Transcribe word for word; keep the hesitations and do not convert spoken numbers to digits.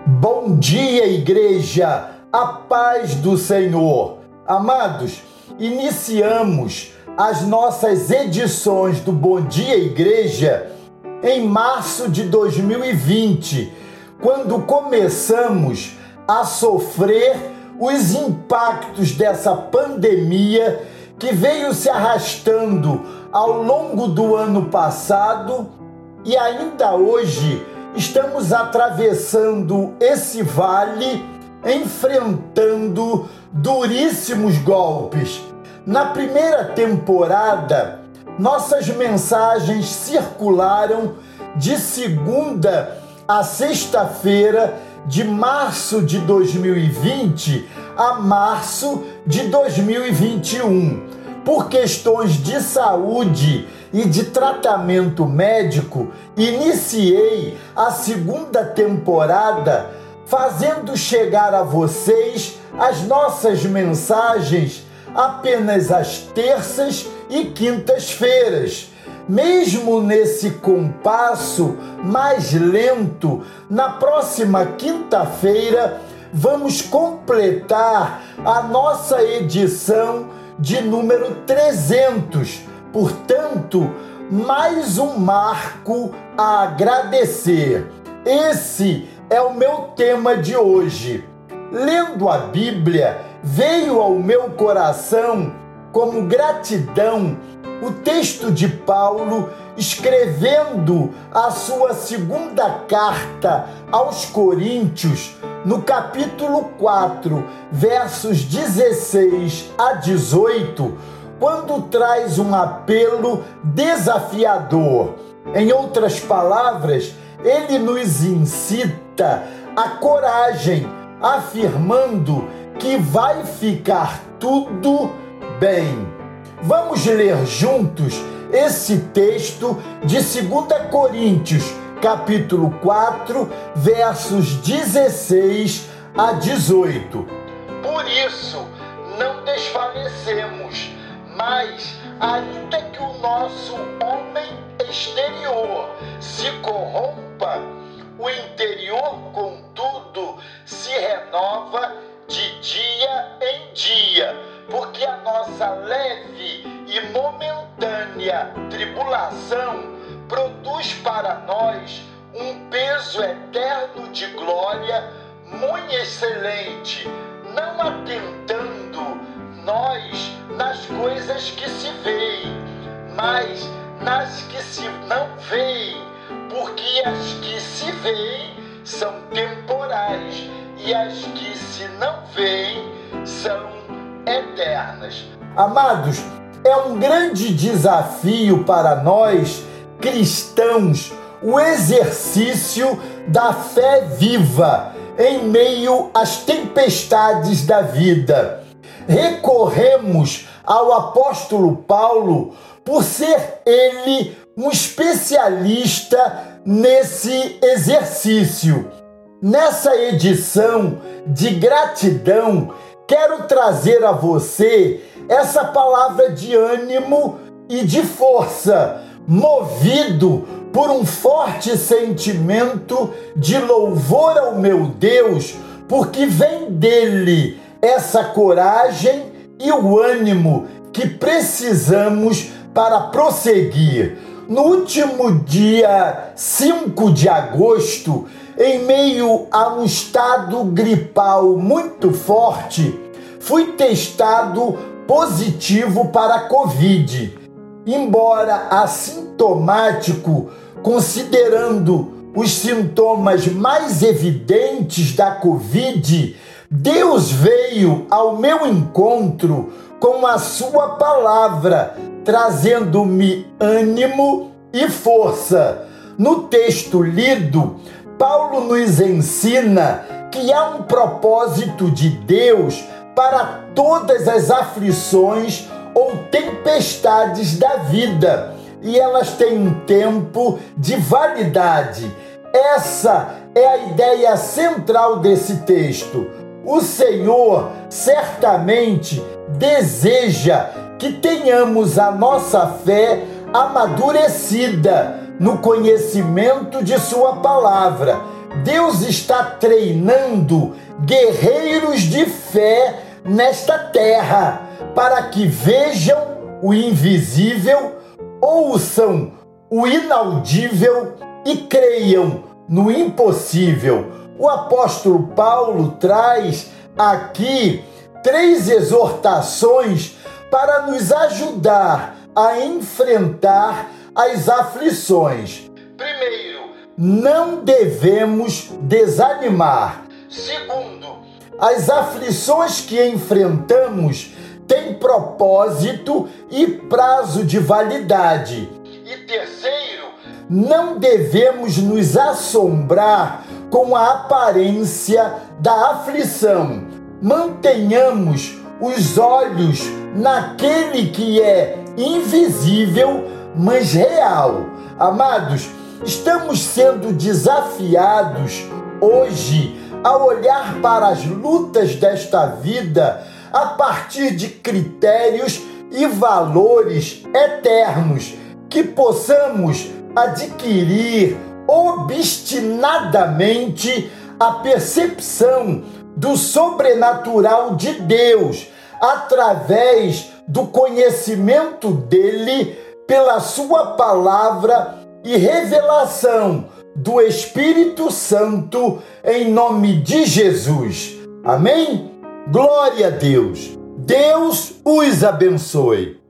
Bom dia, igreja, a paz do Senhor. Amados, iniciamos as nossas edições do Bom Dia Igreja em março de dois mil e vinte, quando começamos a sofrer os impactos dessa pandemia que veio se arrastando ao longo do ano passado e ainda hoje estamos atravessando esse vale, enfrentando duríssimos golpes. Na primeira temporada, nossas mensagens circularam de segunda a sexta-feira de março de dois mil e vinte a março de dois mil e vinte e um. Por questões de saúde e de tratamento médico, iniciei a segunda temporada fazendo chegar a vocês as nossas mensagens apenas às terças e quintas-feiras. Mesmo nesse compasso mais lento, na próxima quinta-feira vamos completar a nossa edição de número trezentos. Portanto, mais um marco a agradecer. Esse é o meu tema de hoje. Lendo a Bíblia, veio ao meu coração, como gratidão, o texto de Paulo escrevendo a sua segunda carta aos Coríntios, no capítulo quatro, versos dezesseis a dezoito, quando traz um apelo desafiador. Em outras palavras, ele nos incita à coragem, afirmando que vai ficar tudo bem. Vamos ler juntos esse texto de segunda Coríntios, capítulo quatro, versos dezesseis a dezoito. Por isso, não desfalecemos, mas, ainda que o nosso homem exterior se corrompa, o interior, contudo, se renova de dia em dia, porque a nossa leve e momentânea tribulação produz para nós um peso eterno de glória muito excelente, não atentando nós nas coisas que se veem, mas nas que se não veem, porque as que se veem são temporais e as que se não veem são eternas. Amados, é um grande desafio para nós, cristãos, o exercício da fé viva em meio às tempestades da vida. Recorremos ao apóstolo Paulo por ser ele um especialista nesse exercício. Nessa edição de gratidão, quero trazer a você essa palavra de ânimo e de força, movido por um forte sentimento de louvor ao meu Deus, porque vem dele essa coragem e o ânimo que precisamos para prosseguir. No último dia cinco de agosto, em meio a um estado gripal muito forte, fui testado positivo para a Covid. Embora assintomático, considerando os sintomas mais evidentes da Covid, Deus veio ao meu encontro com a sua palavra, trazendo-me ânimo e força. No texto lido, Paulo nos ensina que há um propósito de Deus para todas as aflições ou tempestades da vida, e elas têm um tempo de validade. Essa é a ideia central desse texto. O Senhor certamente deseja que tenhamos a nossa fé amadurecida no conhecimento de sua palavra, Deus está treinando guerreiros de fé nesta terra para que vejam o invisível, ouçam o inaudível e creiam no impossível. O apóstolo Paulo traz aqui três exortações para nos ajudar a enfrentar as aflições. Primeiro, não devemos desanimar. Segundo, as aflições que enfrentamos têm propósito e prazo de validade. E terceiro, não devemos nos assombrar com a aparência da aflição. Mantenhamos os olhos naquele que é invisível, mas real. Amados, estamos sendo desafiados hoje a olhar para as lutas desta vida a partir de critérios e valores eternos, que possamos adquirir obstinadamente a percepção do sobrenatural de Deus através do conhecimento dele pela sua palavra e revelação do Espírito Santo, em nome de Jesus. Amém? Glória a Deus. Deus os abençoe.